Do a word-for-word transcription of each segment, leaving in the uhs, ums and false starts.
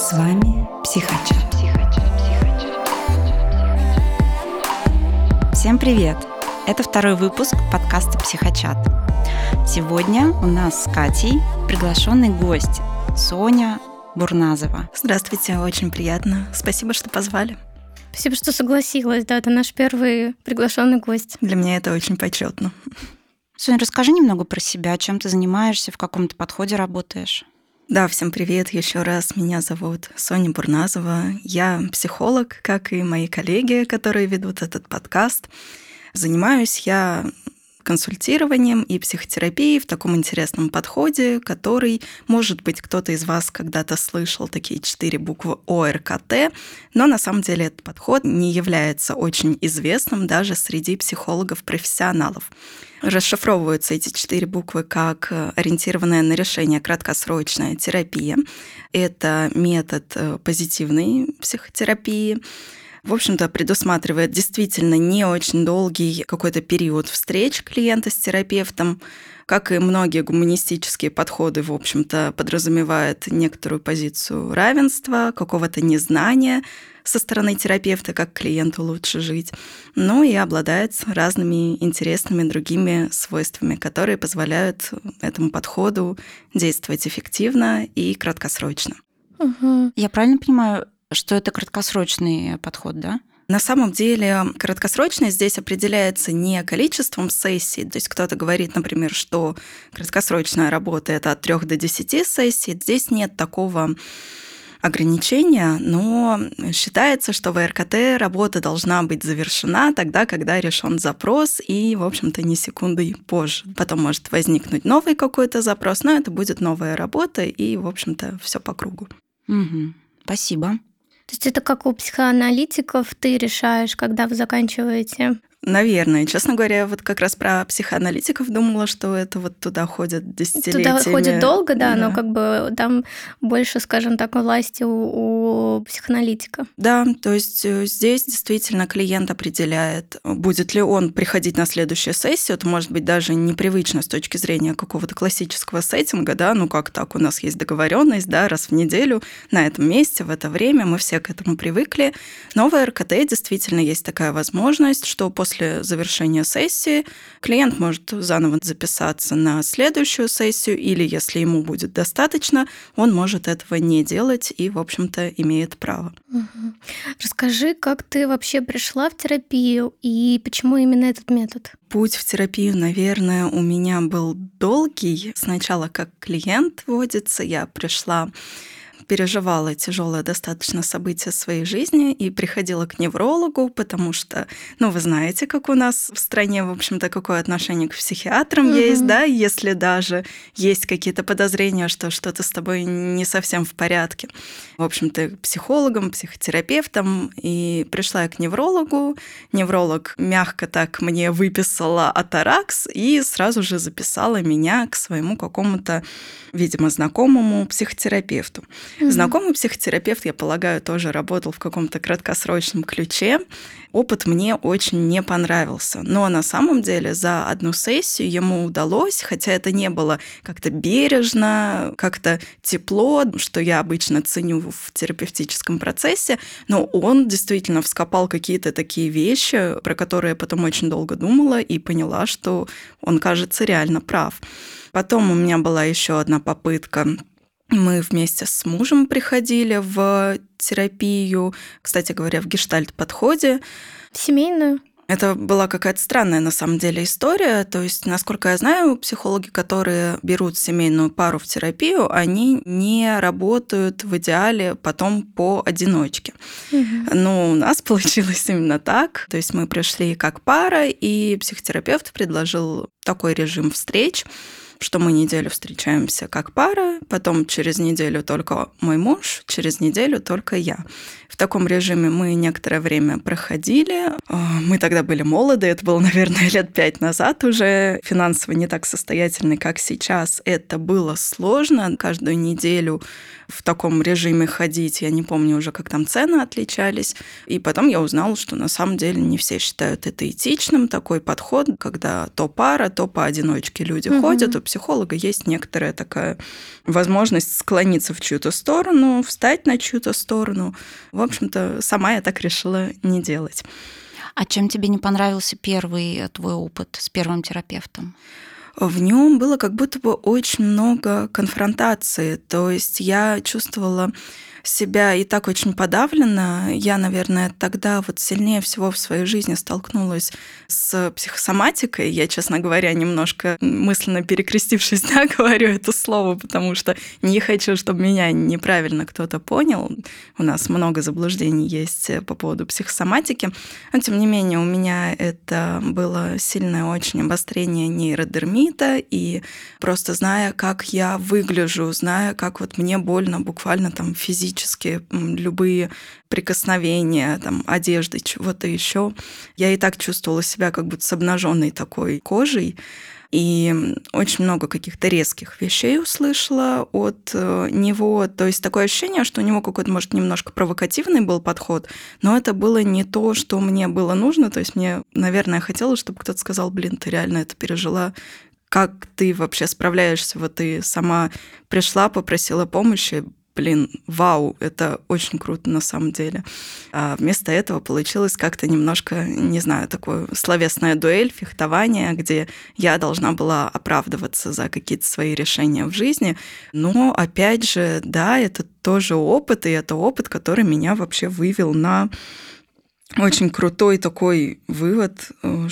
С вами Психочат. Всем привет! Это второй выпуск подкаста «Психочат». Сегодня у нас с Катей приглашенный гость Соня Бурназова. Здравствуйте, очень приятно. Спасибо, что позвали. Спасибо, что согласилась. Да, это наш первый приглашенный гость. Для меня это очень почетно. Соня, расскажи немного про себя, чем ты занимаешься, в каком ты подходе работаешь. Да, всем привет еще раз. Меня зовут Соня Бурназова. Я психолог, как и мои коллеги, которые ведут этот подкаст. Занимаюсь я консультированием и психотерапией в таком интересном подходе, который, может быть, кто-то из вас когда-то слышал такие четыре буквы О Р К Т, но на самом деле этот подход не является очень известным даже среди психологов-профессионалов. Расшифровываются эти четыре буквы как ориентированная на решение краткосрочная терапия. Это метод позитивной психотерапии. В общем-то, предусматривает действительно не очень долгий какой-то период встреч клиента с терапевтом. Как и многие гуманистические подходы, в общем-то, подразумевает некоторую позицию равенства, какого-то незнания со стороны терапевта, как клиенту лучше жить, ну и обладает разными интересными другими свойствами, которые позволяют этому подходу действовать эффективно и краткосрочно. Угу. Я правильно понимаю, что это краткосрочный подход, да? На самом деле краткосрочность здесь определяется не количеством сессий. То есть кто-то говорит, например, что краткосрочная работа – это от трёх до десяти сессий. Здесь нет такого ограничения, но считается, что в О Р К Т работа должна быть завершена тогда, когда решен запрос, и, в общем-то, не секундой позже. Потом может возникнуть новый какой-то запрос, но это будет новая работа, и, в общем-то, все по кругу. Угу. Спасибо. То есть это как у психоаналитиков, ты решаешь, когда вы заканчиваете? Наверное. Честно говоря, вот как раз про психоаналитиков думала, что это вот туда ходят десятилетиями. Туда ходит долго, да, да, но как бы там больше, скажем так, власти у, у психоаналитика. Да, то есть здесь действительно клиент определяет, будет ли он приходить на следующую сессию. Это может быть даже непривычно с точки зрения какого-то классического сеттинга, да, ну как так, у нас есть договоренность, да, раз в неделю на этом месте, в это время, мы все к этому привыкли. Но в О Р К Т действительно есть такая возможность, что после После завершения сессии клиент может заново записаться на следующую сессию, или, если ему будет достаточно, он может этого не делать и, в общем-то, имеет право. Угу. Расскажи, как ты вообще пришла в терапию и почему именно этот метод? Путь в терапию, наверное, у меня был долгий. Сначала как клиент вводится, я пришла, переживала тяжелое достаточно событие в своей жизни и приходила к неврологу, потому что, ну, вы знаете, как у нас в стране, в общем-то, какое отношение к психиатрам mm-hmm. есть, да, если даже есть какие-то подозрения, что что-то с тобой не совсем в порядке. В общем-то, к психологам, психотерапевтам. И пришла я к неврологу. Невролог мягко так мне выписала атаракс и сразу же записала меня к своему какому-то, видимо, знакомому психотерапевту. Mm-hmm. Знакомый психотерапевт, я полагаю, тоже работал в каком-то краткосрочном ключе. Опыт мне очень не понравился. Но на самом деле за одну сессию ему удалось, хотя это не было как-то бережно, как-то тепло, что я обычно ценю в терапевтическом процессе, но он действительно вскопал какие-то такие вещи, про которые я потом очень долго думала и поняла, что он, кажется, реально прав. Потом у меня была еще одна попытка. Мы вместе с мужем приходили в терапию, кстати говоря, в гештальт-подходе. Семейную? Это была какая-то странная, на самом деле, история. То есть, насколько я знаю, психологи, которые берут семейную пару в терапию, они не работают в идеале потом поодиночке. Угу. Но у нас получилось именно так. То есть мы пришли как пара, и психотерапевт предложил такой режим встреч, что мы неделю встречаемся как пара, потом через неделю только мой муж, через неделю только я. В таком режиме мы некоторое время проходили. Мы тогда были молоды, это было, наверное, лет пять назад уже, финансово не так состоятельны, как сейчас. Это было сложно, каждую неделю в таком режиме ходить. Я не помню уже, как там цены отличались. И потом я узнала, что на самом деле не все считают это этичным, такой подход, когда то пара, то поодиночке люди угу. ходят. У психолога есть некоторая такая возможность склониться в чью-то сторону, встать на чью-то сторону. В общем-то, сама я так решила не делать. А чем тебе не понравился первый твой опыт с первым терапевтом? В нем было как будто бы очень много конфронтации. То есть я чувствовала себя и так очень подавленно. Я, наверное, тогда вот сильнее всего в своей жизни столкнулась с психосоматикой. Я, честно говоря, немножко мысленно перекрестившись, да, говорю это слово, потому что не хочу, чтобы меня неправильно кто-то понял. У нас много заблуждений есть по поводу психосоматики. Но, тем не менее, у меня это было сильное очень обострение нейродермита, и просто зная, как я выгляжу, зная, как вот мне больно буквально там физически, любые прикосновения, там, одежды, чего-то еще. Я и так чувствовала себя как будто с обнаженной такой кожей. И очень много каких-то резких вещей услышала от него. То есть такое ощущение, что у него какой-то, может, немножко провокативный был подход, но это было не то, что мне было нужно. То есть мне, наверное, хотелось, чтобы кто-то сказал: блин, ты реально это пережила. Как ты вообще справляешься? Вот ты сама пришла, попросила помощи. Блин, вау, это очень круто на самом деле. А вместо этого получилось как-то немножко, не знаю, такое словесная дуэль, фехтование, где я должна была оправдываться за какие-то свои решения в жизни. Но, опять же, да, это тоже опыт, и это опыт, который меня вообще вывел на очень крутой такой вывод,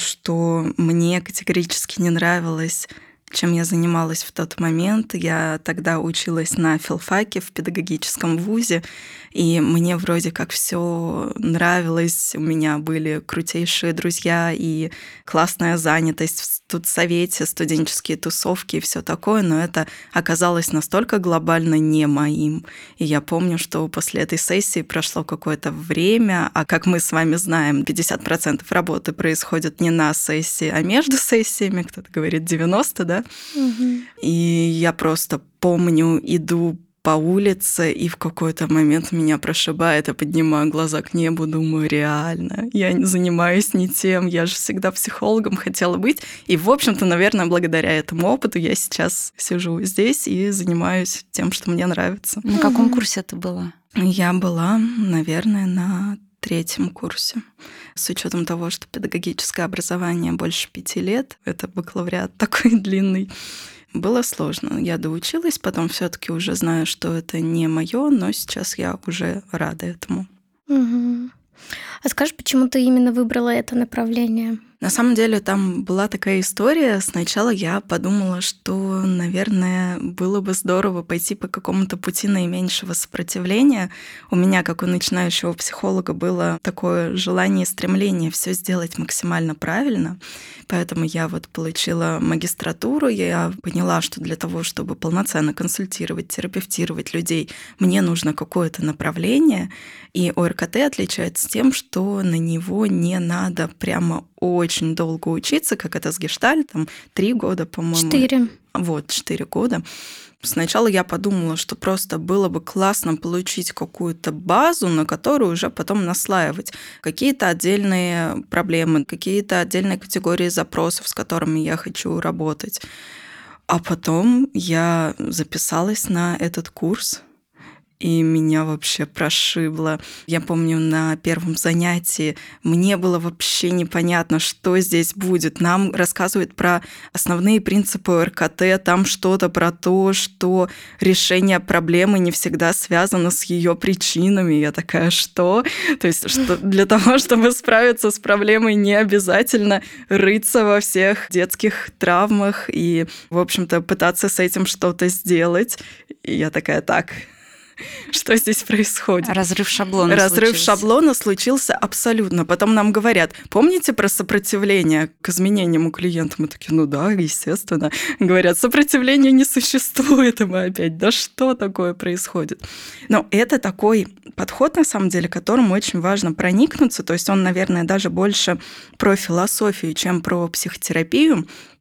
что мне категорически не нравилось, чем я занималась в тот момент. Я тогда училась на филфаке в педагогическом вузе, и мне вроде как все нравилось. У меня были крутейшие друзья и классная занятость в студсовете, студенческие тусовки и все такое, но это оказалось настолько глобально не моим. И я помню, что после этой сессии прошло какое-то время, а как мы с вами знаем, пятьдесят процентов работы происходит не на сессии, а между сессиями, кто-то говорит девяносто, да? Угу. И я просто помню, иду по улице, и в какой-то момент меня прошибает, я поднимаю глаза к небу, думаю, реально, я занимаюсь не тем, я же всегда психологом хотела быть. И, в общем-то, наверное, благодаря этому опыту я сейчас сижу здесь и занимаюсь тем, что мне нравится. На каком курсе это было? Я была, наверное, на третьем курсе. С учетом того, что педагогическое образование больше пяти лет, это бакалавриат такой длинный, было сложно. Я доучилась, потом все-таки уже знаю, что это не мое, но сейчас я уже рада этому. Угу. А скажешь, почему ты именно выбрала это направление? На самом деле там была такая история. Сначала я подумала, что, наверное, было бы здорово пойти по какому-то пути наименьшего сопротивления. У меня, как у начинающего психолога, было такое желание и стремление все сделать максимально правильно. Поэтому я вот получила магистратуру, я поняла, что для того, чтобы полноценно консультировать, терапевтировать людей, мне нужно какое-то направление. И ОРКТ отличается тем, что на него не надо прямо очень долго учиться, как это с гештальтом, три года, по-моему. Четыре. Вот, четыре года. Сначала я подумала, что просто было бы классно получить какую-то базу, на которую уже потом наслаивать какие-то отдельные проблемы, какие-то отдельные категории запросов, с которыми я хочу работать. А потом я записалась на этот курс, и меня вообще прошибло. Я помню, на первом занятии мне было вообще непонятно, что здесь будет. Нам рассказывают про основные принципы ОРКТ, там что-то про то, что решение проблемы не всегда связано с ее причинами. Я такая, что? То есть что для того, чтобы справиться с проблемой, не обязательно рыться во всех детских травмах и, в общем-то, пытаться с этим что-то сделать. И я такая, так... Что здесь происходит? Разрыв шаблона Разрыв случился. шаблона случился абсолютно. Потом нам говорят, помните про сопротивление к изменениям у клиента? Мы такие, ну да, естественно. Говорят, сопротивления не существует. И мы опять, да что такое происходит? Но это такой подход, на самом деле, которому очень важно проникнуться. То есть он, наверное, даже больше про философию, чем про психотерапию.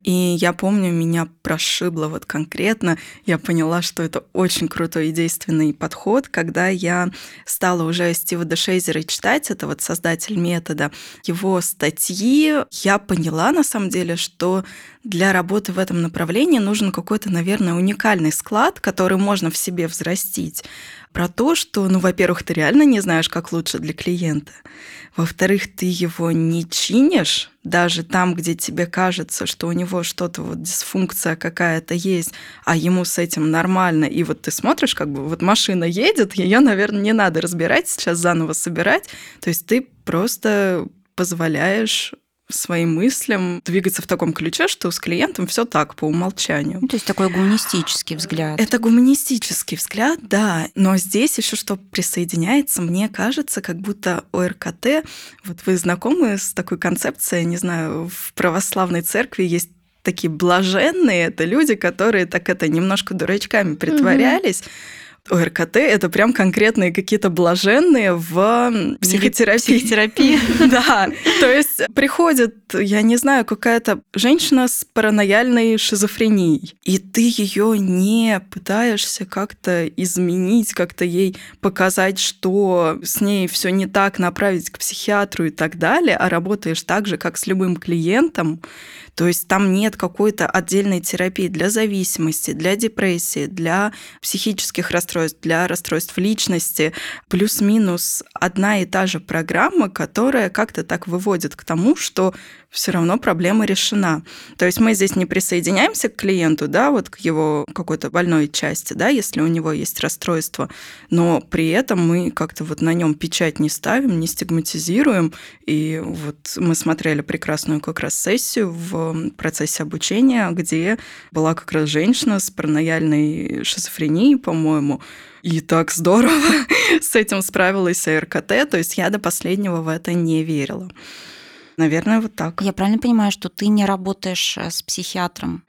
И я помню, меня прошибло вот конкретно. Я поняла, что это очень крутой и действенный подход, когда я стала уже Стива Дешейзера читать, это вот создатель метода, его статьи. Я поняла, на самом деле, что для работы в этом направлении нужен какой-то, наверное, уникальный склад, который можно в себе взрастить. Про то, что, ну, во-первых, ты реально не знаешь, как лучше для клиента. Во-вторых, ты его не чинишь, даже там, где тебе кажется, что у него что-то, вот дисфункция какая-то есть, а ему с этим нормально. И вот ты смотришь, как бы вот машина едет, ее, наверное, не надо разбирать, сейчас заново собирать. То есть ты просто позволяешь своим мыслям двигаться в таком ключе, что с клиентом все так, по умолчанию. Ну, то есть такой гуманистический взгляд. Это гуманистический взгляд, да. Но здесь еще что присоединяется, мне кажется, как будто ОРКТ, вот вы знакомы с такой концепцией, не знаю, в православной церкви есть такие блаженные, это люди, которые так это немножко дурачками притворялись. Mm-hmm. ОРКТ — это прям конкретные какие-то блаженные в психотерапии. Психотерапии. Да. То есть приходит, я не знаю, какая-то женщина с паранояльной шизофренией, и ты ее не пытаешься как-то изменить, как-то ей показать, что с ней все не так, направить к психиатру и так далее, а работаешь так же, как с любым клиентом. То есть там нет какой-то отдельной терапии для зависимости, для депрессии, для психических расстройств, для расстройств личности. Плюс-минус одна и та же программа, которая как-то так выводит к тому, что все равно проблема решена. То есть мы здесь не присоединяемся к клиенту, да, вот к его какой-то больной части, да, если у него есть расстройство, но при этом мы как-то вот на нем печать не ставим, не стигматизируем. И вот мы смотрели прекрасную как раз сессию в процессе обучения, где была как раз женщина с паранояльной шизофренией, по-моему, и так здорово с этим справилась ОРКТ, то есть я до последнего в это не верила. Наверное, вот так. Я правильно понимаю, что ты не работаешь с психиатром?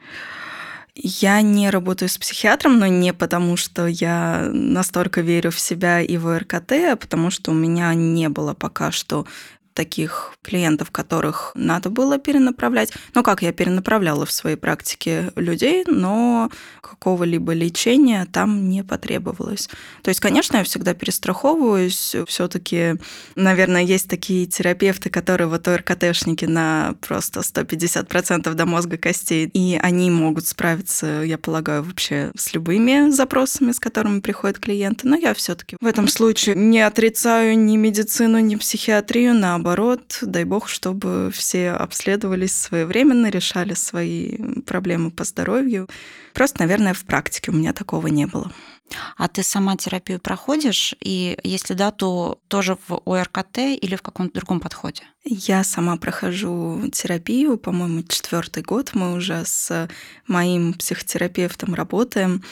Я не работаю с психиатром, но не потому, что я настолько верю в себя и в ОРКТ, а потому что у меня не было пока что таких клиентов, которых надо было перенаправлять. Ну, как я перенаправляла в своей практике людей, но какого-либо лечения там не потребовалось. То есть, конечно, я всегда перестраховываюсь. Все-таки, наверное, есть такие терапевты, которые вот ОРКТшники на просто сто пятьдесят процентов до мозга костей, и они могут справиться, я полагаю, вообще с любыми запросами, с которыми приходят клиенты. Но я все-таки в этом случае не отрицаю ни медицину, ни психиатрию, на Наоборот, дай бог, чтобы все обследовались своевременно, решали свои проблемы по здоровью. Просто, наверное, в практике у меня такого не было. А ты сама терапию проходишь? И если да, то тоже в ОРКТ или в каком-то другом подходе? Я сама прохожу терапию, по-моему, четвертый год. Мы уже с моим психотерапевтом работаем.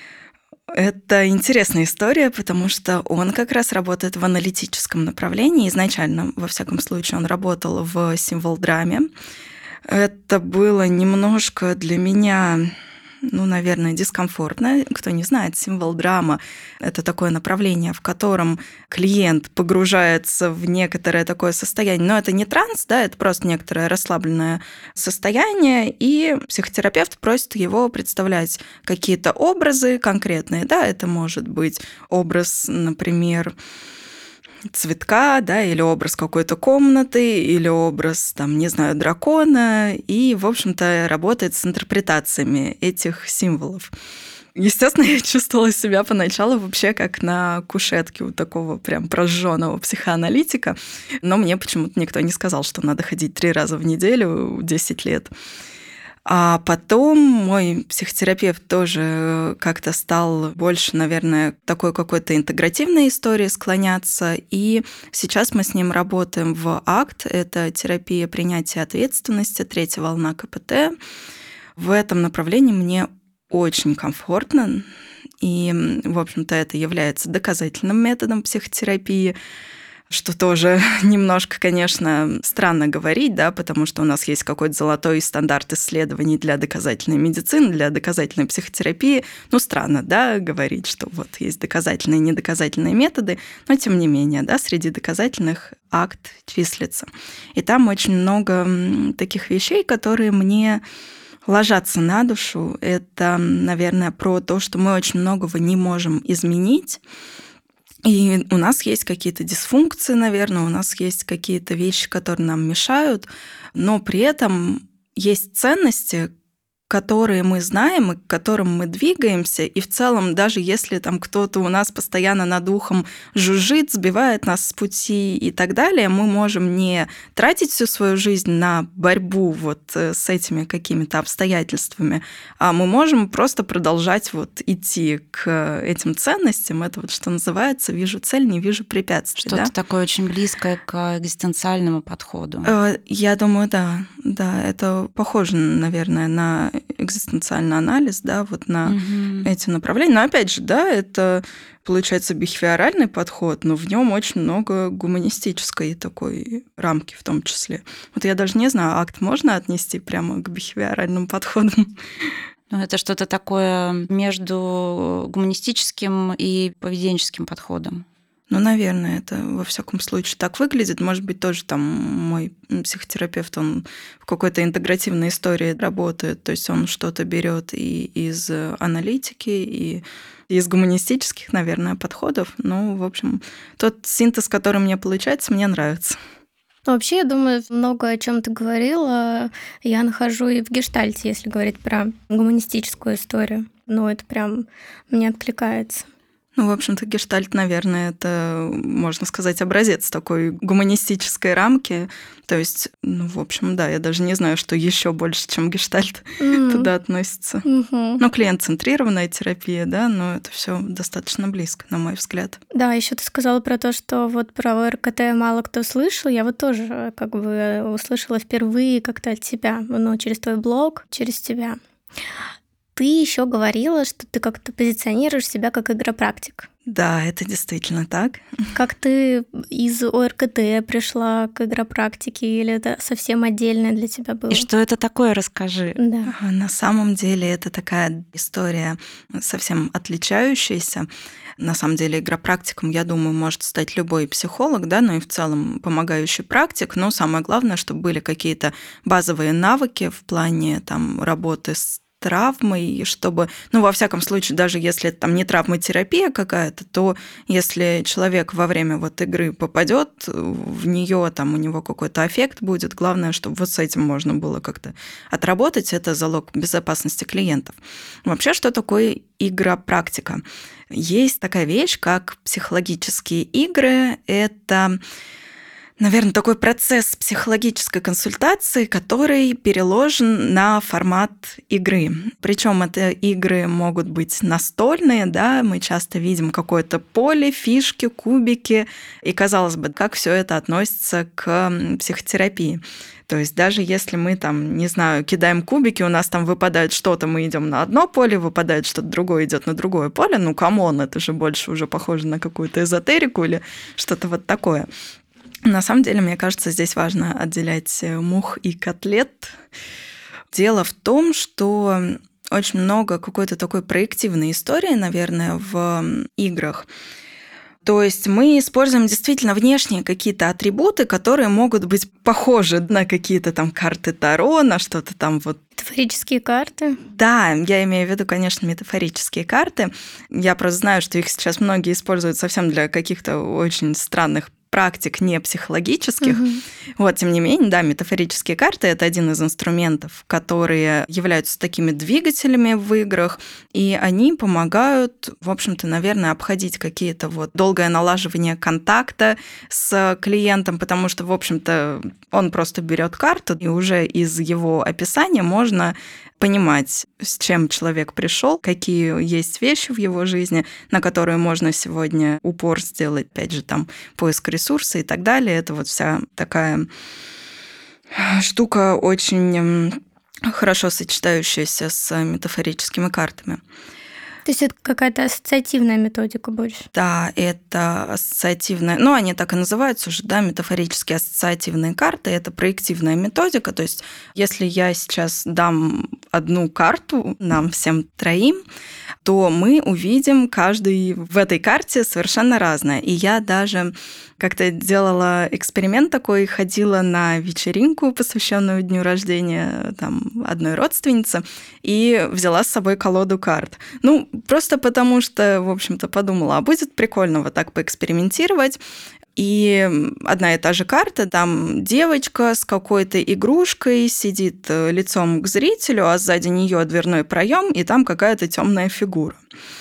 Это интересная история, потому что он как раз работает в аналитическом направлении. Изначально, во всяком случае, он работал в символ-драме. Это было немножко для меня, ну, наверное, дискомфортно. Кто не знает, символ-драма — это такое направление, в котором клиент погружается в некоторое такое состояние. Но это не транс, да, это просто некоторое расслабленное состояние, и психотерапевт просит его представлять какие-то образы конкретные. Да, это может быть образ, например, цветка, да, или образ какой-то комнаты, или образ, там, не знаю, дракона, и, в общем-то, работает с интерпретациями этих символов. Естественно, я чувствовала себя поначалу вообще как на кушетке у такого прям прожженного психоаналитика, но мне почему-то никто не сказал, что надо ходить три раза в неделю десять лет. А потом мой психотерапевт тоже как-то стал больше, наверное, такой какой-то интегративной истории склоняться. И сейчас мы с ним работаем в АКТ. Это терапия принятия ответственности, третья волна КПТ. В этом направлении мне очень комфортно. И, в общем-то, это является доказательным методом психотерапии, что тоже немножко, конечно, странно говорить, да, потому что у нас есть какой-то золотой стандарт исследований для доказательной медицины, для доказательной психотерапии. Ну, странно, да, говорить, что вот есть доказательные и недоказательные методы, но тем не менее, да, среди доказательных АКТ числится. И там очень много таких вещей, которые мне ложатся на душу. Это, наверное, про то, что мы очень многого не можем изменить. И у нас есть какие-то дисфункции, наверное, у нас есть какие-то вещи, которые нам мешают, но при этом есть ценности, которые мы знаем и к которым мы двигаемся, и в целом, даже если там кто-то у нас постоянно над ухом жужжит, сбивает нас с пути и так далее, мы можем не тратить всю свою жизнь на борьбу вот с этими какими-то обстоятельствами, а мы можем просто продолжать вот идти к этим ценностям. Это вот что называется «вижу цель, не вижу препятствий». Что-то да? такое очень близкое к экзистенциальному подходу. Я думаю, да. Да, это похоже, наверное, на экзистенциальный анализ, да, вот на угу. эти направления. Но опять же, да, это получается бихевиоральный подход, но в нем очень много гуманистической такой рамки в том числе. Вот я даже не знаю, акт можно отнести прямо к бихевиоральным подходам? Ну, это что-то такое между гуманистическим и поведенческим подходом. Ну, наверное, это во всяком случае так выглядит. Может быть, тоже там мой психотерапевт, он в какой-то интегративной истории работает, то есть он что-то берет и из аналитики, и из гуманистических, наверное, подходов. Ну, в общем, тот синтез, который мне получается, мне нравится. Вообще, я думаю, много о чем ты говорила, я нахожу и в гештальте, если говорить про гуманистическую историю. Ну, это прям мне откликается. Ну, в общем-то, гештальт, наверное, это, можно сказать, образец такой гуманистической рамки. То есть, ну, в общем, да, я даже не знаю, что еще больше, чем гештальт mm-hmm. туда относится. Mm-hmm. Ну, клиент-центрированная терапия, да, но это все достаточно близко, на мой взгляд. Да, еще ты сказала про то, что вот про ОРКТ мало кто слышал. Я вот тоже как бы услышала впервые как-то от тебя, ну, через твой блог, через тебя. Ты еще говорила, что ты как-то позиционируешь себя как игропрактик. Да, это действительно так. Как ты из ОРКТ пришла к игропрактике, или это совсем отдельное для тебя было? И что это такое, расскажи. Да. На самом деле это такая история совсем отличающаяся. На самом деле игропрактиком, я думаю, может стать любой психолог, да, ну и в целом помогающий практик, но самое главное, чтобы были какие-то базовые навыки в плане там, работы с травмой, чтобы, ну, во всяком случае, даже если это там не травматерапия какая-то, то если человек во время вот игры попадет в нее, там у него какой-то аффект будет, главное, чтобы вот с этим можно было как-то отработать, это залог безопасности клиентов. Вообще, что такое игропрактика? Есть такая вещь, как психологические игры. Это, наверное, такой процесс психологической консультации, который переложен на формат игры. Причем это игры могут быть настольные, да, мы часто видим какое-то поле, фишки, кубики, и, казалось бы, как все это относится к психотерапии. То есть даже если мы там, не знаю, кидаем кубики, у нас там выпадает что-то, мы идем на одно поле, выпадает что-то другое, идет на другое поле, ну, камон, это же больше уже похоже на какую-то эзотерику или что-то вот такое. На самом деле, мне кажется, здесь важно отделять мух и котлет. Дело в том, что очень много какой-то такой проективной истории, наверное, в играх. То есть мы используем действительно внешние какие-то атрибуты, которые могут быть похожи на какие-то там карты Таро, на что-то там вот. Метафорические карты? Да, я имею в виду, конечно, метафорические карты. Я просто знаю, что их сейчас многие используют совсем для каких-то очень странных практик не психологических. Угу. Вот, тем не менее, да, метафорические карты – это один из инструментов, которые являются такими двигателями в играх, и они помогают, в общем-то, наверное, обходить какие-то вот долгое налаживание контакта с клиентом, потому что, в общем-то, он просто берет карту, и уже из его описания можно понимать, с чем человек пришел, какие есть вещи в его жизни, на которые можно сегодня упор сделать, опять же, там, поиск ресурсов и так далее. Это вот вся такая штука, очень хорошо сочетающаяся с метафорическими картами. То есть это какая-то ассоциативная методика больше? Да, это ассоциативная, ну, они так и называются уже, да, метафорические ассоциативные карты. Это проективная методика, то есть если я сейчас дам одну карту нам всем троим, то мы увидим каждый в этой карте совершенно разное. И я даже как-то делала эксперимент такой, ходила на вечеринку, посвященную дню рождения там, одной родственницы, и взяла с собой колоду карт. Ну, просто потому что, в общем-то, подумала, а будет прикольно вот так поэкспериментировать. И одна и та же карта, там девочка с какой-то игрушкой сидит лицом к зрителю, а сзади нее дверной проем, и там какая-то темная фигура.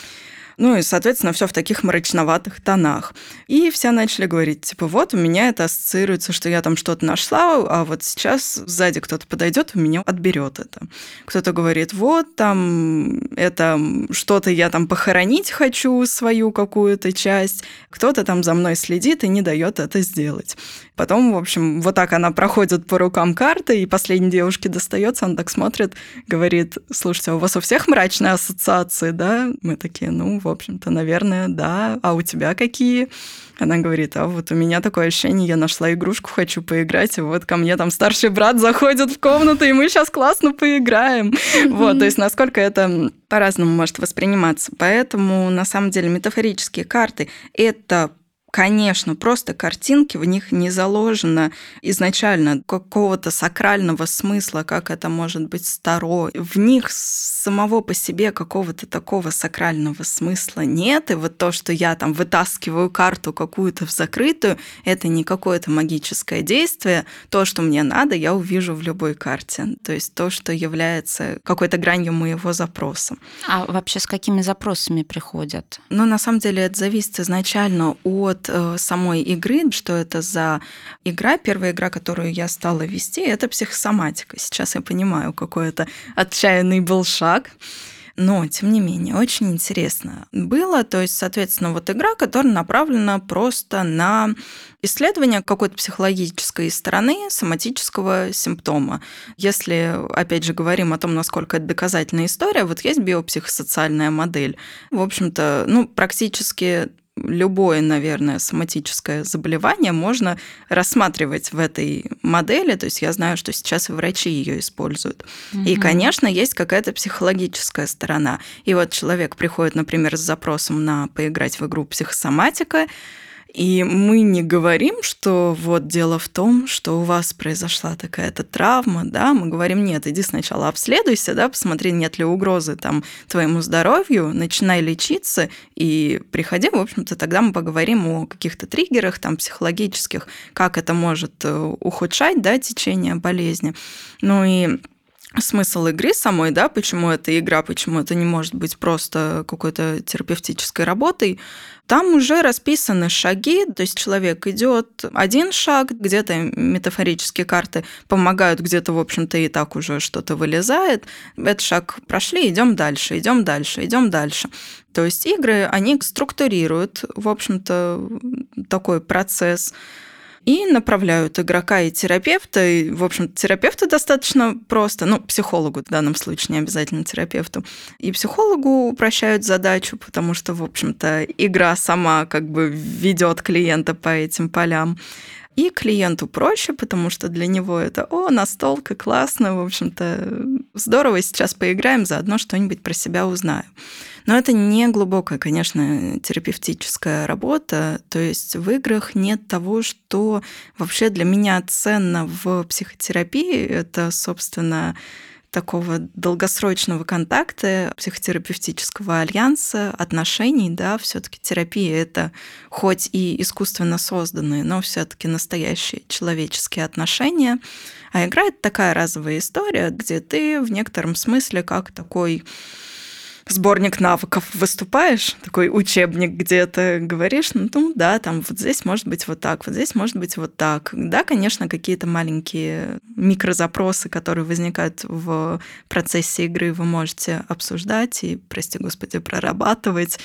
Ну и, соответственно, все в таких мрачноватых тонах. И все начали говорить, типа, вот у меня это ассоциируется, что я там что-то нашла, а вот сейчас сзади кто-то подойдет, у меня отберет это. Кто-то говорит, вот там это что-то я там похоронить хочу, свою какую-то часть. Кто-то там за мной следит и не дает это сделать. Потом, в общем, вот так она проходит по рукам карты, и последней девушке достается, она так смотрит, говорит, слушайте, а у вас у всех мрачные ассоциации, да? Мы такие, ну, в общем-то, наверное, да. А у тебя какие? Она говорит, а вот у меня такое ощущение, я нашла игрушку, хочу поиграть, и вот ко мне там старший брат заходит в комнату, и мы сейчас классно поиграем. Mm-hmm. Вот, то есть насколько это по-разному может восприниматься. Поэтому, на самом деле, метафорические карты — это конечно, просто картинки, в них не заложено изначально какого-то сакрального смысла, как это может быть старо. В них самого по себе какого-то такого сакрального смысла нет. И вот то, что я там вытаскиваю карту какую-то в закрытую, это не какое-то магическое действие. То, что мне надо, я увижу в любой карте. То есть то, что является какой-то гранью моего запроса. А вообще с какими запросами приходят? Ну, на самом деле, это зависит изначально от самой игры, что это за игра. Первая игра, которую я стала вести, это психосоматика. Сейчас я понимаю, какой это отчаянный был шаг. Но, тем не менее, очень интересно было. То есть, соответственно, вот игра, которая направлена просто на исследование какой-то психологической стороны соматического симптома. Если, опять же, говорим о том, насколько это доказательная история, вот есть биопсихосоциальная модель. В общем-то, ну, практически любое, наверное, соматическое заболевание можно рассматривать в этой модели. То есть я знаю, что сейчас и врачи ее используют. Угу. И, конечно, есть какая-то психологическая сторона. И вот человек приходит, например, с запросом на поиграть в игру «Психосоматика», и мы не говорим, что вот дело в том, что у вас произошла такая-то травма, да, мы говорим, нет, иди сначала обследуйся, да, посмотри, нет ли угрозы там твоему здоровью, начинай лечиться и приходи, в общем-то, тогда мы поговорим о каких-то триггерах там психологических, как это может ухудшать, да, течение болезни. Ну и смысл игры самой, да, почему это игра, почему это не может быть просто какой-то терапевтической работой, там уже расписаны шаги, то есть человек идет один шаг, где-то метафорические карты помогают, где-то, в общем-то, и так уже что-то вылезает. Этот шаг прошли, идем дальше, идем дальше, идем дальше. То есть игры, они структурируют, в общем-то, такой процесс, и направляют игрока и терапевта. И, в общем, терапевту достаточно просто, ну, психологу в данном случае, не обязательно терапевту. И психологу упрощают задачу, потому что, в общем-то, игра сама как бы ведет клиента по этим полям. И клиенту проще, потому что для него это «О, настолка, классно, в общем-то, здорово, сейчас поиграем, заодно что-нибудь про себя узнаю». Но это не глубокая, конечно, терапевтическая работа. То есть в играх нет того, что вообще для меня ценно в психотерапии. Это, собственно, такого долгосрочного контакта, психотерапевтического альянса, отношений, да, все-таки терапия — это хоть и искусственно созданные, но все-таки настоящие человеческие отношения. А игра — это такая разовая история, где ты в некотором смысле как такой сборник навыков выступаешь, такой учебник, где ты говоришь, ну да, там вот здесь может быть вот так, вот здесь может быть вот так. Да, конечно, какие-то маленькие микрозапросы, которые возникают в процессе игры, вы можете обсуждать и, прости господи, прорабатывать,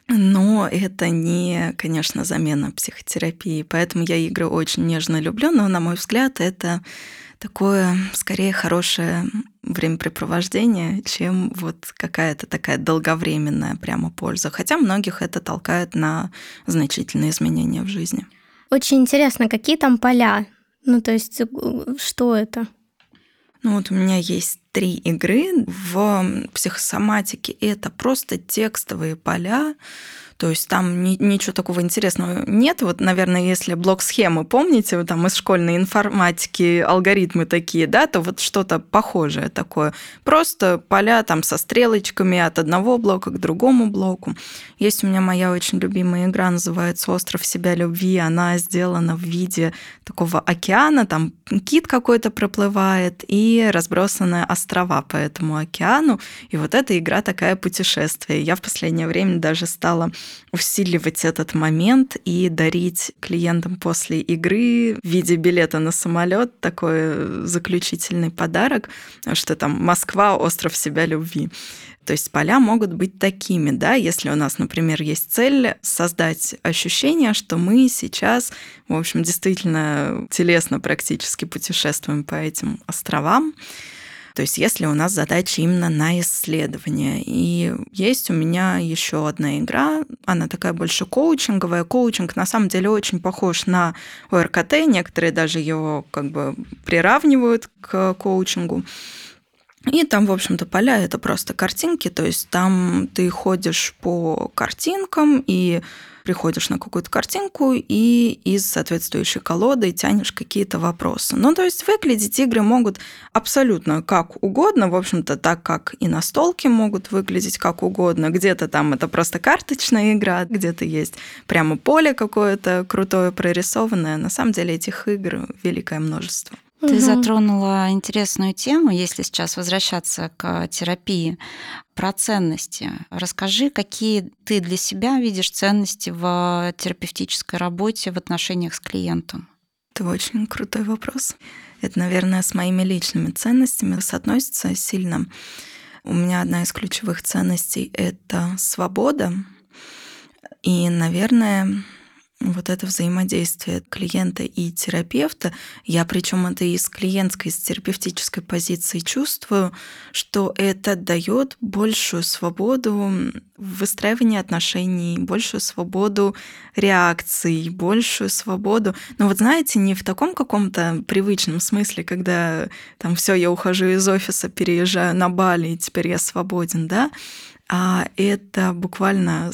но это не, конечно, замена психотерапии. Поэтому я игры очень нежно люблю, но, на мой взгляд, это такое, скорее, хорошее времяпрепровождение, чем вот какая-то такая долговременная прямо польза. Хотя многих это толкает на значительные изменения в жизни. Очень интересно, какие там поля? Ну, то есть, что это? Ну вот у меня есть три игры. В психосоматике это просто текстовые поля, то есть там ни, ничего такого интересного нет. Вот, наверное, если блок-схемы, помните, вот там из школьной информатики алгоритмы такие, да, то вот что-то похожее такое. Просто поля там со стрелочками от одного блока к другому блоку. Есть у меня моя очень любимая игра, называется «Остров себя любви». Она сделана в виде такого океана, там кит какой-то проплывает и разбросаны острова по этому океану. И вот эта игра такая путешествие. Я в последнее время даже стала усиливать этот момент и дарить клиентам после игры в виде билета на самолет такой заключительный подарок, что там Москва, остров себя любви. То есть поля могут быть такими, да, если у нас, например, есть цель создать ощущение, что мы сейчас, в общем, действительно телесно практически путешествуем по этим островам. То есть если у нас задача именно на исследование. И есть у меня еще одна игра, она такая больше коучинговая. Коучинг на самом деле очень похож на о эр ка тэ, некоторые даже его как бы приравнивают к коучингу. И там, в общем-то, поля — это просто картинки, то есть там ты ходишь по картинкам и приходишь на какую-то картинку и из соответствующей колоды тянешь какие-то вопросы. Ну, то есть выглядеть игры могут абсолютно как угодно, в общем-то, так как и настолки могут выглядеть как угодно. Где-то там это просто карточная игра, где-то есть прямо поле какое-то крутое прорисованное. На самом деле этих игр великое множество. Ты Мгм. затронула интересную тему, если сейчас возвращаться к терапии, про ценности. Расскажи, какие ты для себя видишь ценности в терапевтической работе в отношениях с клиентом? Это очень крутой вопрос. Это, наверное, с моими личными ценностями соотносится сильно. У меня одна из ключевых ценностей — это свобода. И, наверное, вот это взаимодействие клиента и терапевта, я причем это из клиентской, из терапевтической позиции чувствую, что это дает большую свободу в выстраивании отношений, большую свободу реакций, большую свободу. Но вот знаете, не в таком каком-то привычном смысле, когда там все, я ухожу из офиса, переезжаю на Бали, и теперь я свободен, да, а это буквально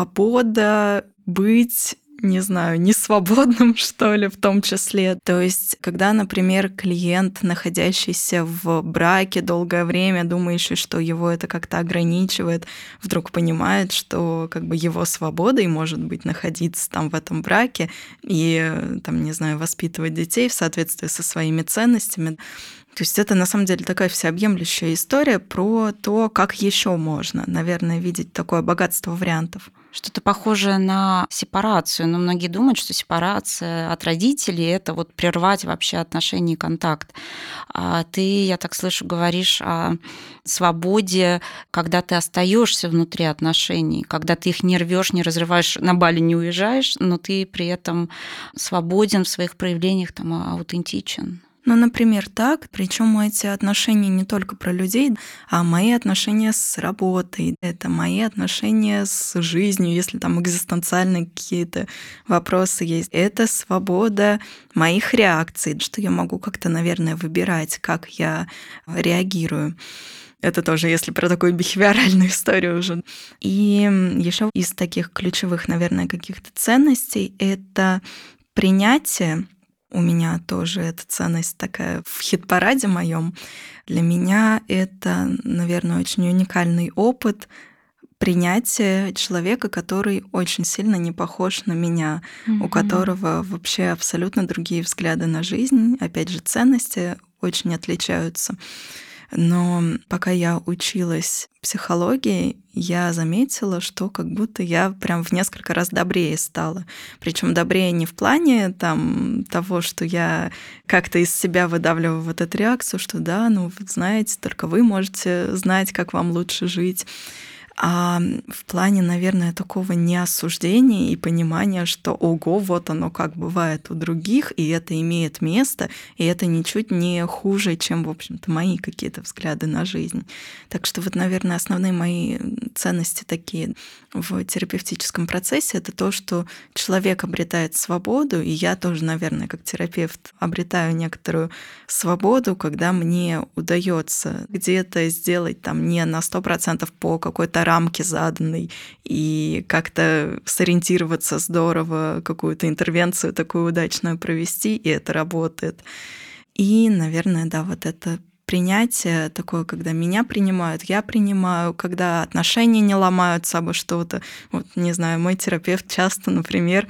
свобода быть, не знаю, несвободным, что ли, в том числе. То есть, когда, например, клиент, находящийся в браке долгое время, думающий, что его это как-то ограничивает, вдруг понимает, что как бы его свободой может быть находиться там в этом браке и, там, не знаю, воспитывать детей в соответствии со своими ценностями. То есть это на самом деле такая всеобъемлющая история про то, как еще можно, наверное, видеть такое богатство вариантов. Что-то похожее на сепарацию, но многие думают, что сепарация от родителей — это вот прервать вообще отношения и контакт. А ты, я так слышу, говоришь о свободе, когда ты остаешься внутри отношений, когда ты их не рвешь, не разрываешь, на Бали не уезжаешь, но ты при этом свободен в своих проявлениях, там, аутентичен. Ну, например, так. Причем эти отношения не только про людей, а мои отношения с работой. Это мои отношения с жизнью, если там экзистенциальные какие-то вопросы есть. Это свобода моих реакций, что я могу как-то, наверное, выбирать, как я реагирую. Это тоже, если про такую бихевиоральную историю уже. И еще из таких ключевых, наверное, каких-то ценностей — это принятие. У меня тоже эта ценность такая в хит-параде моем. Для меня это, наверное, очень уникальный опыт принятия человека, который очень сильно не похож на меня, Мгм. у которого вообще абсолютно другие взгляды на жизнь. Опять же, ценности очень отличаются. Но пока я училась психологии, я заметила, что как будто я прям в несколько раз добрее стала. Причем добрее не в плане там, того, что я как-то из себя выдавливаю вот эту реакцию, что да, ну, вы знаете, только вы можете знать, как вам лучше жить. А в плане, наверное, такого неосуждения и понимания, что ого, вот оно как бывает у других, и это имеет место, и это ничуть не хуже, чем, в общем-то, мои какие-то взгляды на жизнь. Так что вот, наверное, основные мои ценности такие в терапевтическом процессе — это то, что человек обретает свободу, и я тоже, наверное, как терапевт обретаю некоторую свободу, когда мне удается где-то сделать там не на сто процентов по какой-то рамке заданной и как-то сориентироваться здорово, какую-то интервенцию такую удачную провести, и это работает. И, наверное, да, вот это принятие такое, когда меня принимают, я принимаю, когда отношения не ломаются обо что-то. Вот, не знаю, мой терапевт часто, например,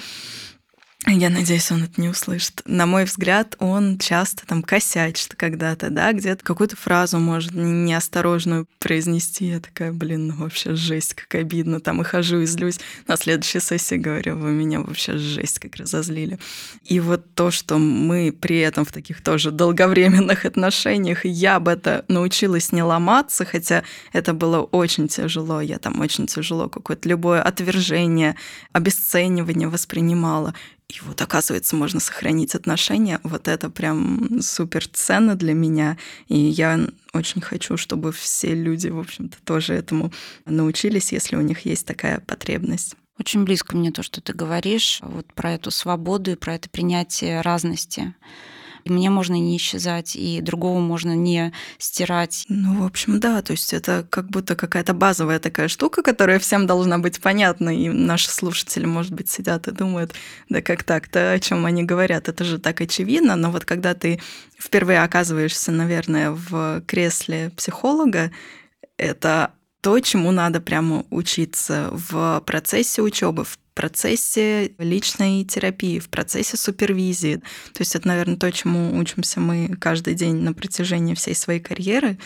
я надеюсь, он это не услышит. На мой взгляд, он часто там косячит когда-то, да, где-то какую-то фразу может неосторожную произнести. Я такая, блин, ну вообще жесть, как обидно. Там и хожу, и злюсь. На следующей сессии говорю, вы меня вообще жесть как разозлили. И вот то, что мы при этом в таких тоже долговременных отношениях, я об это научилась не ломаться, хотя это было очень тяжело. Я там очень тяжело какое-то любое отвержение, обесценивание воспринимала. И вот, оказывается, можно сохранить отношения. Вот это прям супер ценно для меня. И я очень хочу, чтобы все люди, в общем-то, тоже этому научились, если у них есть такая потребность. Очень близко мне то, что ты говоришь, вот про эту свободу и про это принятие разности. Мне можно не исчезать, и другого можно не стирать. Ну, в общем, да, то есть это как будто какая-то базовая такая штука, которая всем должна быть понятна, и наши слушатели, может быть, сидят и думают, да как так-то, о чем они говорят, это же так очевидно, но вот когда ты впервые оказываешься, наверное, в кресле психолога, это то, чему надо прямо учиться в процессе учебы, в процессе личной терапии, в процессе супервизии. То есть это, наверное, то, чему учимся мы каждый день на протяжении всей своей карьеры.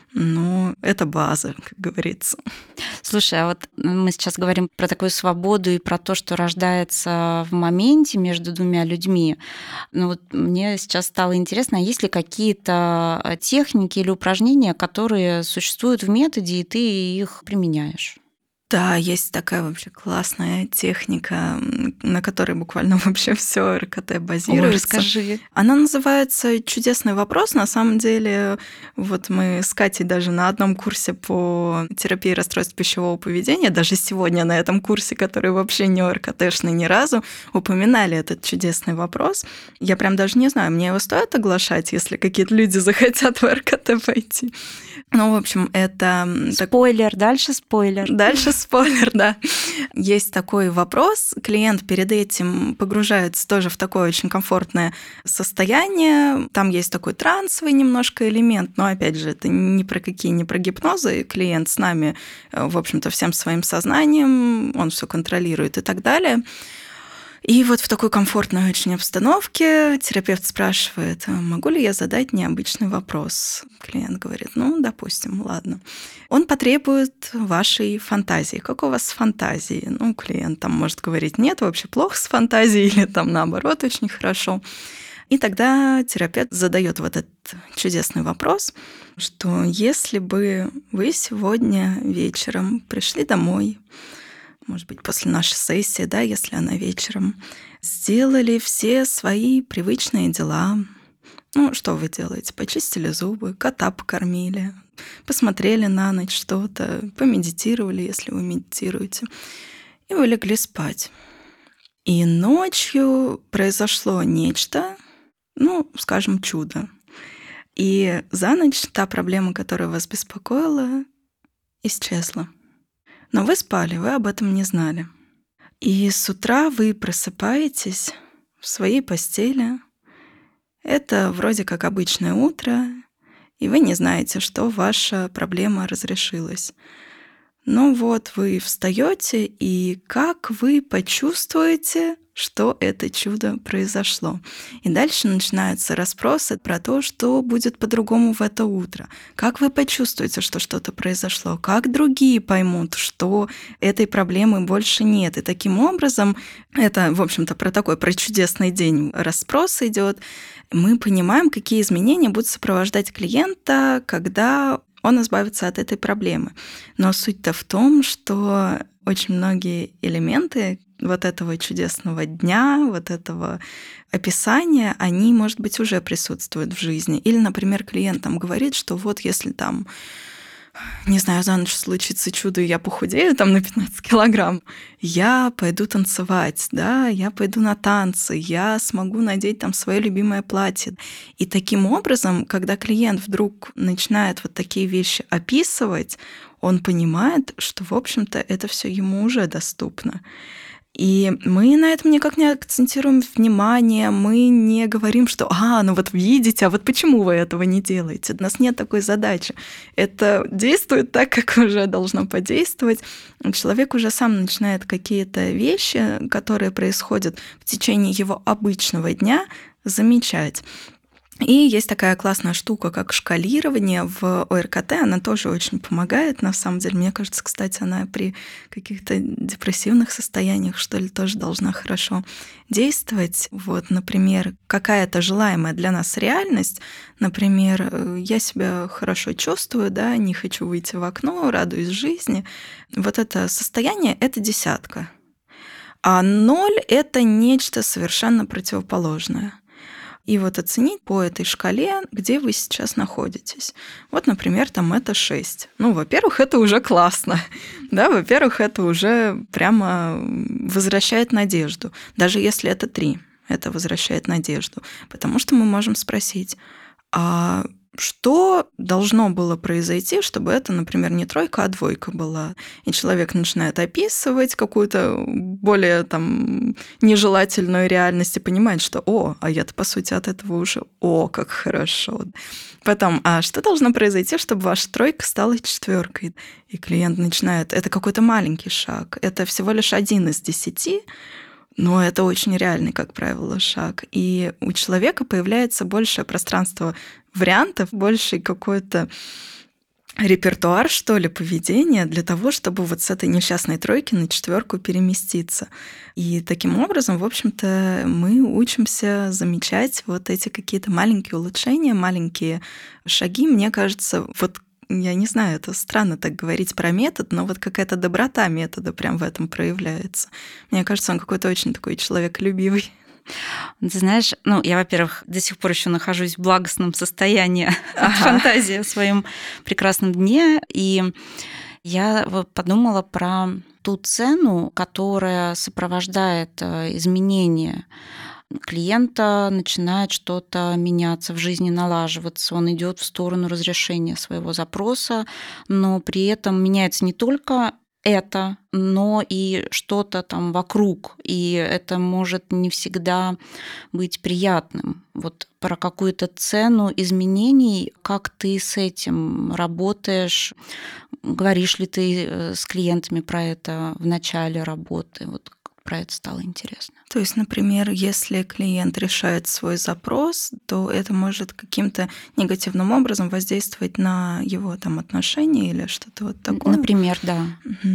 Но это база, как говорится. Слушай, а вот мы сейчас говорим про такую свободу и про то, что рождается в моменте между двумя людьми. Ну вот мне сейчас стало интересно, есть ли какие-то техники или упражнения, которые существуют в методе, и ты их применяешь? Да, есть такая вообще классная техника, на которой буквально вообще все эр ка тэ базируется. Ой, расскажи. Она называется «Чудесный вопрос». На самом деле, вот мы с Катей даже на одном курсе по терапии расстройств пищевого поведения, даже сегодня на этом курсе, который вообще не эр ка тэшный ни разу, упоминали этот чудесный вопрос. Я прям даже не знаю, мне его стоит оглашать, если какие-то люди захотят в эр ка тэ пойти. Ну, в общем, это... Спойлер, дальше спойлер. Дальше спойлер, да. Есть такой вопрос. Клиент перед этим погружается тоже в такое очень комфортное состояние. Там есть такой трансовый немножко элемент, но, опять же, это не про какие, не про гипнозы. Клиент с нами, в общем-то, всем своим сознанием, он все контролирует и так далее. И вот в такой комфортной очень обстановке терапевт спрашивает, могу ли я задать необычный вопрос? Клиент говорит, ну, допустим, ладно. Он потребует вашей фантазии. Как у вас с фантазией? Ну, клиент там может говорить, нет, вообще плохо с фантазией, или там наоборот очень хорошо. И тогда терапевт задает вот этот чудесный вопрос, что если бы вы сегодня вечером пришли домой, может быть, после нашей сессии, да, если она вечером, сделали все свои привычные дела. Ну, что вы делаете? Почистили зубы, кота покормили, посмотрели на ночь что-то, помедитировали, если вы медитируете, и вы легли спать. И ночью произошло нечто, ну, скажем, чудо. И за ночь та проблема, которая вас беспокоила, исчезла. Но вы спали, вы об этом не знали. И с утра вы просыпаетесь в своей постели. Это вроде как обычное утро, и вы не знаете, что ваша проблема разрешилась. Но вот вы встаете, и как вы почувствуете, что это чудо произошло. И дальше начинаются расспросы про то, что будет по-другому в это утро. Как вы почувствуете, что что-то произошло? Как другие поймут, что этой проблемы больше нет? И таким образом, это, в общем-то, про такой, про чудесный день расспрос идет. Мы понимаем, какие изменения будут сопровождать клиента, когда он избавится от этой проблемы. Но суть-то в том, что очень многие элементы вот этого чудесного дня, вот этого описания, они, может быть, уже присутствуют в жизни. Или, например, клиент там говорит, что вот если там, не знаю, за ночь случится чудо, и я похудею там на пятнадцать килограмм, я пойду танцевать, да, я пойду на танцы, я смогу надеть там свое любимое платье. И таким образом, когда клиент вдруг начинает вот такие вещи описывать, он понимает, что, в общем-то, это все ему уже доступно. И мы на этом никак не акцентируем внимание, мы не говорим, что «а, ну вот видите, а вот почему вы этого не делаете?» У нас нет такой задачи. Это действует так, как уже должно подействовать. Человек уже сам начинает какие-то вещи, которые происходят в течение его обычного дня, замечать. И есть такая классная штука, как шкалирование в о эр ка тэ. Она тоже очень помогает, на самом деле. Мне кажется, кстати, она при каких-то депрессивных состояниях, что ли, тоже должна хорошо действовать. Вот, например, какая-то желаемая для нас реальность. Например, я себя хорошо чувствую, да, не хочу выйти в окно, радуюсь жизни. Вот это состояние — это десятка. А ноль — это нечто совершенно противоположное. И вот оценить по этой шкале, где вы сейчас находитесь. Вот, например, там это шесть. Ну, во-первых, это уже классно. Да, во-первых, это уже прямо возвращает надежду. Даже если это три, это возвращает надежду. Потому что мы можем спросить, а что должно было произойти, чтобы это, например, не тройка, а двойка была? И человек начинает описывать какую-то более там нежелательную реальность и понимает, что «о, а я-то, по сути, от этого уже о, как хорошо». Потом, а что должно произойти, чтобы ваша тройка стала четверкой? И клиент начинает, это какой-то маленький шаг, это всего лишь один из десяти, но это очень реальный, как правило, шаг. И у человека появляется большее пространство вариантов, больший какой-то репертуар, что ли, поведения для того, чтобы вот с этой несчастной тройки на четверку переместиться. И таким образом, в общем-то, мы учимся замечать вот эти какие-то маленькие улучшения, маленькие шаги. Мне кажется, вот я не знаю, это странно так говорить про метод, но вот какая-то доброта метода прям в этом проявляется. Мне кажется, он какой-то очень такой человеколюбивый. Ты знаешь, ну, я, во-первых, до сих пор еще нахожусь в благостном состоянии ага. от фантазии о своем прекрасном дне, и я подумала про ту цену, которая сопровождает изменения. Клиента начинает что-то меняться в жизни, налаживаться, он идет в сторону разрешения своего запроса, но при этом меняется не только это, но и что-то там вокруг, и это может не всегда быть приятным. Вот про какую-то цену изменений, как ты с этим работаешь, говоришь ли ты с клиентами про это в начале работы? Вот про это стало интересно. То есть, например, если клиент решает свой запрос, то это может каким-то негативным образом воздействовать на его там отношения или что-то вот такое? Например, да. Угу.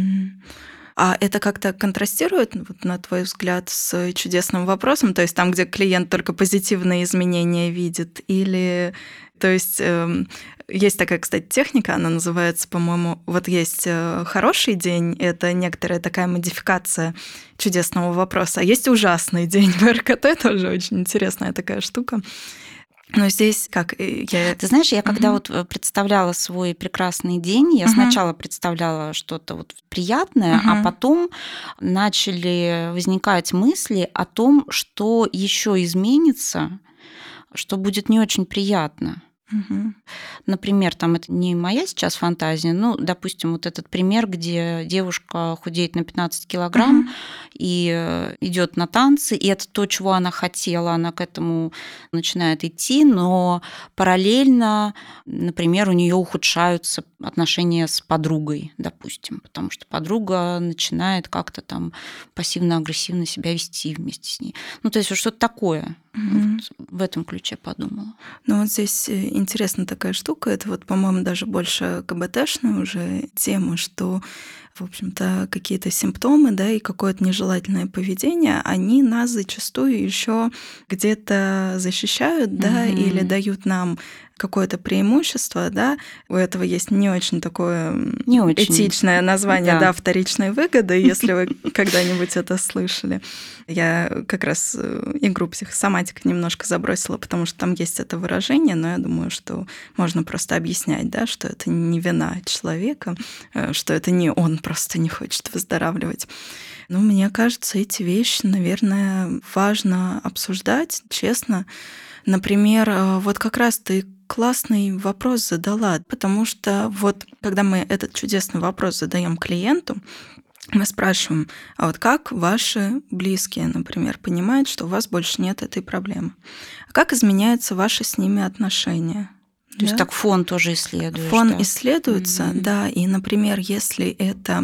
А это как-то контрастирует, вот, на твой взгляд, с чудесным вопросом? То есть там, где клиент только позитивные изменения видит? Или... То есть э, есть такая, кстати, техника, она называется, по-моему, вот есть хороший день, это некоторая такая модификация чудесного вопроса, а есть ужасный день. В эр ка тэ тоже очень интересная такая штука. Но здесь как я... Ты знаешь, я когда uh-huh. вот представляла свой прекрасный день, я uh-huh. сначала представляла что-то вот приятное, uh-huh. а потом начали возникать мысли о том, что еще изменится, что будет не очень приятно. Угу. Например, там это не моя сейчас фантазия, ну, допустим, вот этот пример, где девушка худеет на пятнадцать килограмм угу. и идет на танцы, и это то, чего она хотела, она к этому начинает идти, но параллельно, например, у нее ухудшаются отношения с подругой, допустим, потому что подруга начинает как-то там пассивно-агрессивно себя вести вместе с ней. Ну, то есть вот что-то такое. Mm-hmm. Вот в этом ключе подумала. Ну вот здесь интересная такая штука, это вот, по-моему, даже больше ка бэ тэшная уже тема, что в общем-то, какие-то симптомы, да, и какое-то нежелательное поведение, они нас зачастую еще где-то защищают, да, Мгм. или дают нам какое-то преимущество, да. У этого есть не очень такое м, Не очень. этичное название, да, Да. вторичной выгоды, если вы когда-нибудь это слышали. Я как раз э, игру психосоматика немножко забросила, потому что там есть это выражение, но я думаю, что можно просто объяснять, да, что это не вина человека, э, что это не он просто не хочет выздоравливать. Ну, мне кажется, эти вещи, наверное, важно обсуждать честно. Например, э, вот как раз ты классный вопрос задала, потому что вот когда мы этот чудесный вопрос задаем клиенту, мы спрашиваем, а вот как ваши близкие, например, понимают, что у вас больше нет этой проблемы? А как изменяются ваши с ними отношения? То есть Да? так фон тоже исследуешь, Фон да? исследуется, Мгм. да, и, например, если это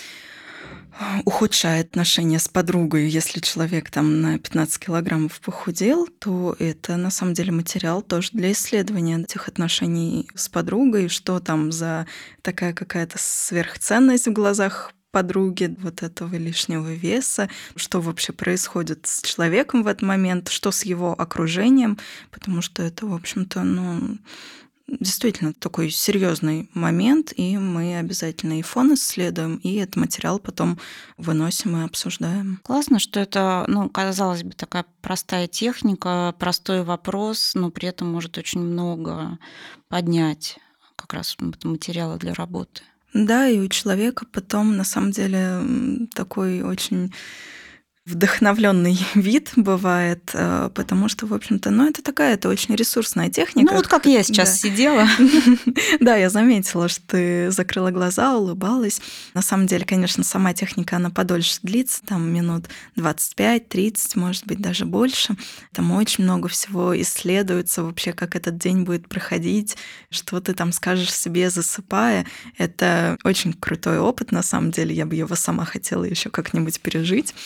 ухудшает отношения с подругой, если человек там на пятнадцать килограммов похудел, то это на самом деле материал тоже для исследования этих отношений с подругой, что там за такая какая-то сверхценность в глазах подруги, вот этого лишнего веса, что вообще происходит с человеком в этот момент, что с его окружением, потому что это, в общем-то, ну, действительно такой серьезный момент, и мы обязательно и фон исследуем, и этот материал потом выносим и обсуждаем. Классно, что это, ну, казалось бы, такая простая техника, простой вопрос, но при этом может очень много поднять как раз м- материала для работы. Да, и у человека потом на самом деле м, такой очень вдохновленный вид бывает, э, потому что, в общем-то, ну, это такая, это очень ресурсная техника. Ну, вот как Х- я сейчас да. сидела. Да, я заметила, что ты закрыла глаза, улыбалась. На самом деле, конечно, сама техника, она подольше длится, там минут двадцать пять тридцать, может быть, даже больше. Там очень много всего исследуется вообще, как этот день будет проходить, что ты там скажешь себе, засыпая. Это очень крутой опыт, на самом деле. Я бы его сама хотела еще как-нибудь пережить.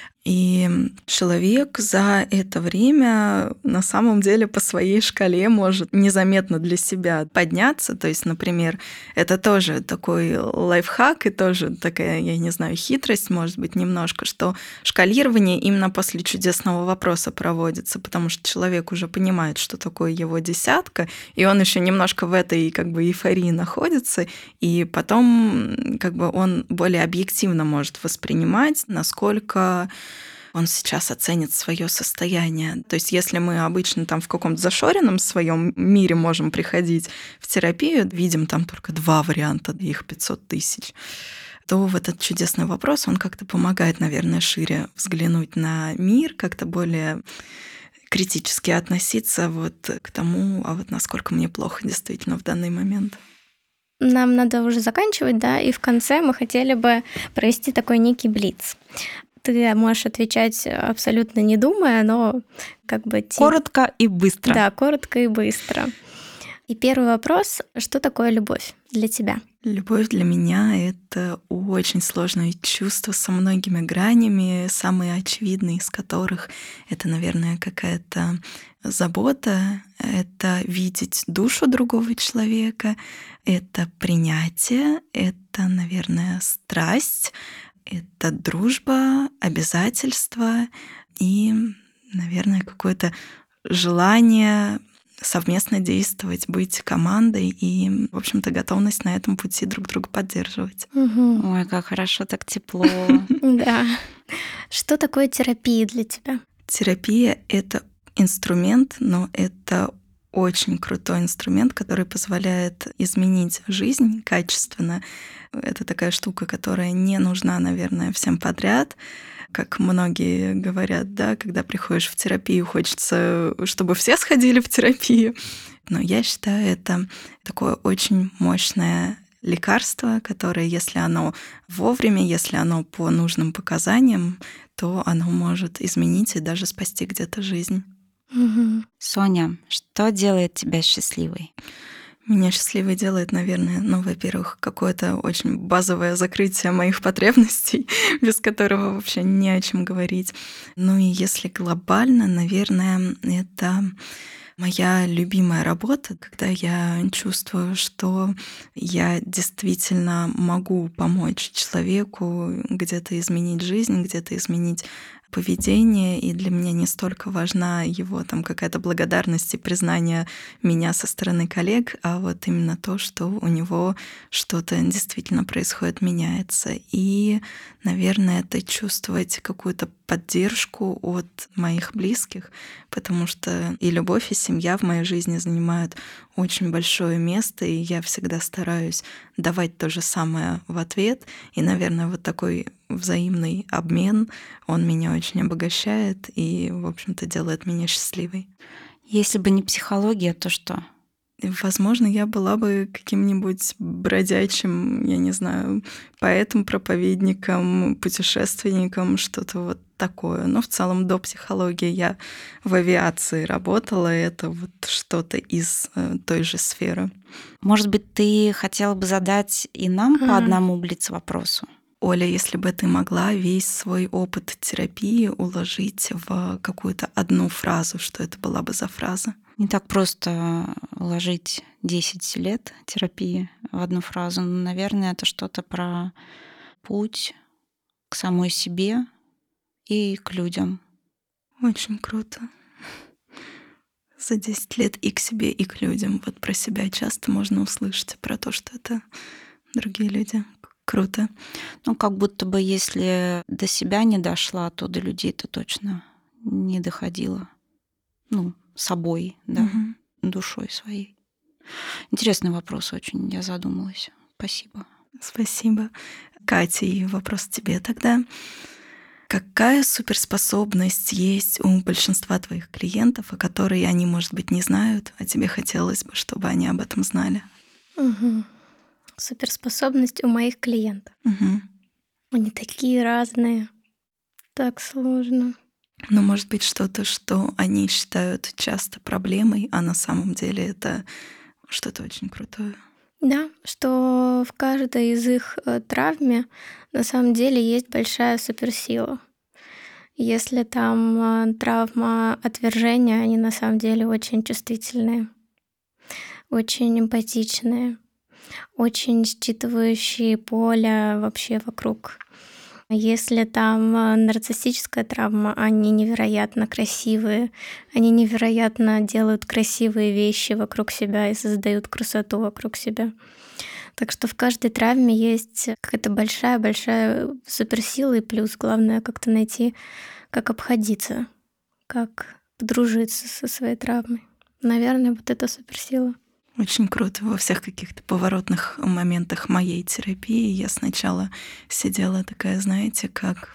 И человек за это время на самом деле по своей шкале может незаметно для себя подняться. То есть, например, это тоже такой лайфхак и тоже такая, я не знаю, хитрость, может быть, немножко, что шкалирование именно после чудесного вопроса проводится, потому что человек уже понимает, что такое его десятка, и он еще немножко в этой как бы эйфории находится, и потом как бы он более объективно может воспринимать, насколько он сейчас оценит свое состояние. То есть, если мы обычно там в каком-то зашоренном своем мире можем приходить в терапию, видим там только два варианта, их пятьсот тысяч, то в этот чудесный вопрос он как-то помогает, наверное, шире взглянуть на мир, как-то более критически относиться вот к тому, а вот насколько мне плохо действительно в данный момент. Нам надо уже заканчивать, да, и в конце мы хотели бы провести такой некий блиц. Ты можешь отвечать абсолютно не думая, но как бы... ти- Коротко и быстро. Да, коротко и быстро. И первый вопрос: что такое любовь для тебя? Любовь для меня — это очень сложное чувство со многими гранями, самые очевидные из которых — это, наверное, какая-то забота, это видеть душу другого человека, это принятие, это, наверное, страсть, это дружба, обязательства и, наверное, какое-то желание совместно действовать, быть командой и, в общем-то, готовность на этом пути друг друга поддерживать. Мгм. Ой, как хорошо, так тепло. Да. Что такое терапия для тебя? Терапия — это инструмент, но это очень крутой инструмент, который позволяет изменить жизнь качественно. Это такая штука, которая не нужна, наверное, всем подряд. Как многие говорят, да, когда приходишь в терапию, хочется, чтобы все сходили в терапию. Но я считаю, это такое очень мощное лекарство, которое, если оно вовремя, если оно по нужным показаниям, то оно может изменить и даже спасти где-то жизнь. Мгм. Соня, что делает тебя счастливой? Меня счастливой делает, наверное, ну, во-первых, какое-то очень базовое закрытие моих потребностей, без которого вообще не о чем говорить. Ну и если глобально, наверное, это моя любимая работа, когда я чувствую, что я действительно могу помочь человеку где-то изменить жизнь, где-то изменить поведение, и для меня не столько важна его там какая-то благодарность и признание меня со стороны коллег, а вот именно то, что у него что-то действительно происходит, меняется. И, наверное, это чувствовать какую-то поддержку от моих близких, потому что и любовь, и семья в моей жизни занимают очень большое место, и я всегда стараюсь давать то же самое в ответ. И, наверное, вот такой взаимный обмен, он меня очень обогащает и, в общем-то, делает меня счастливой. Если бы не психология, то что? Возможно, я была бы каким-нибудь бродячим, я не знаю, поэтом, проповедником, путешественником, что-то вот такое. Но в целом до психологии я в авиации работала, и это вот что-то из э, той же сферы. Может быть, ты хотела бы задать и нам mm. по одному блиц-вопросу? Оля, если бы ты могла весь свой опыт терапии уложить в какую-то одну фразу, что это была бы за фраза? Не так просто уложить десять лет терапии в одну фразу. Но, наверное, это что-то про путь к самой себе и к людям. Очень круто. За десять лет и к себе, и к людям. Вот про себя часто можно услышать, про то, что это другие люди. Круто. Ну, как будто бы если до себя не дошла, то до людей-то точно не доходила. Ну, собой, да, угу. Душой своей. Интересный вопрос очень, я задумалась. Спасибо. Спасибо. Катя, и вопрос тебе тогда. Какая суперспособность есть у большинства твоих клиентов, о которой они, может быть, не знают, а тебе хотелось бы, чтобы они об этом знали? Угу. Суперспособность у моих клиентов. Угу. Они такие разные. Так сложно. Но может быть что-то, что они считают часто проблемой, а на самом деле это что-то очень крутое. Да, что в каждой из их травме на самом деле есть большая суперсила. Если там травма отвержения, они на самом деле очень чувствительные, очень эмпатичные, очень считывающие поле вообще вокруг. Если там нарциссическая травма, они невероятно красивые, они невероятно делают красивые вещи вокруг себя и создают красоту вокруг себя. Так что в каждой травме есть какая-то большая-большая суперсила, и плюс главное как-то найти, как обходиться, как подружиться со своей травмой. Наверное, вот это суперсила. Очень круто. Во всех каких-то поворотных моментах моей терапии я сначала сидела такая, знаете, как,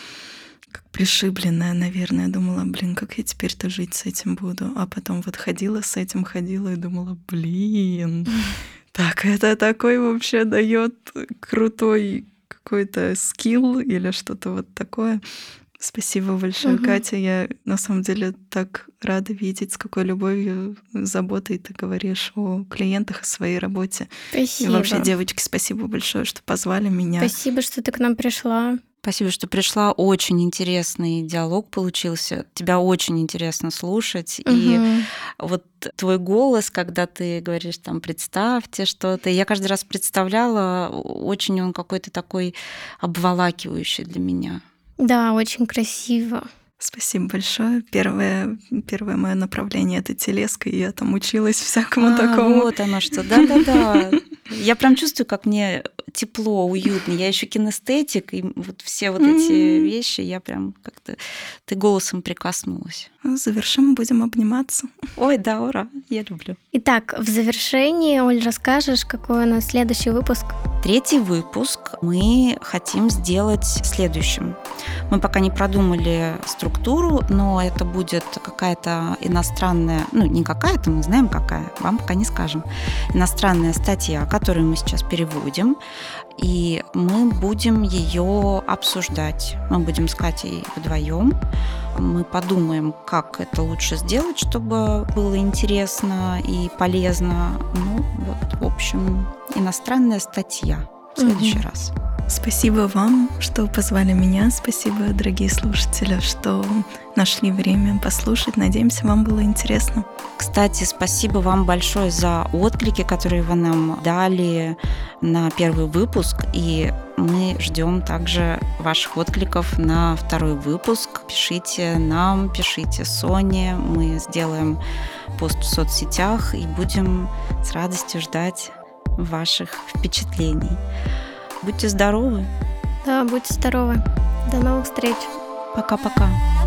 как пришибленная, наверное. Думала, блин, как я теперь-то жить с этим буду? А потом вот ходила с этим, ходила и думала, блин, так это такой вообще дает крутой какой-то скилл или что-то вот такое. Спасибо большое, угу. Катя. Я на самом деле так рада видеть, с какой любовью, заботой ты говоришь о клиентах, о своей работе. Спасибо. И вообще, девочки, спасибо большое, что позвали меня. Спасибо, что ты к нам пришла. Спасибо, что пришла. Очень интересный диалог получился. Тебя очень интересно слушать. Угу. И вот твой голос, когда ты говоришь, там, представьте что-то. Я каждый раз представляла, очень он какой-то такой обволакивающий для меня. Да, очень красиво. Спасибо большое. Первое, первое мое направление — это телеска, и я там училась всякому а, такому. Вот оно что. Да-да-да. Я прям чувствую, как мне тепло, уютно. Я еще кинестетик, и вот все вот эти mm-hmm. вещи я прям как-то... Ты голосом прикоснулась. Завершим, будем обниматься. Ой, да, ура, я люблю. Итак, в завершении, Оль, расскажешь, какой у нас следующий выпуск? Третий выпуск мы хотим сделать следующим. Мы пока не продумали структуру, но это будет какая-то иностранная, ну, не какая-то, мы знаем какая, вам пока не скажем, иностранная статья, которую мы сейчас переводим, и мы будем ее обсуждать. Мы будем с Катей вдвоем Мы подумаем, как это лучше сделать, чтобы было интересно и полезно. Ну, вот, в общем, иностранная статья в следующий Мгм. раз. Спасибо вам, что позвали меня. Спасибо, дорогие слушатели, что нашли время послушать. Надеемся, вам было интересно. Кстати, спасибо вам большое за отклики, которые вы нам дали на первый выпуск. И мы ждем также ваших откликов на второй выпуск. Пишите нам, пишите Соне. Мы сделаем пост в соцсетях и будем с радостью ждать ваших впечатлений. Будьте здоровы. Да, будьте здоровы. До новых встреч. Пока-пока.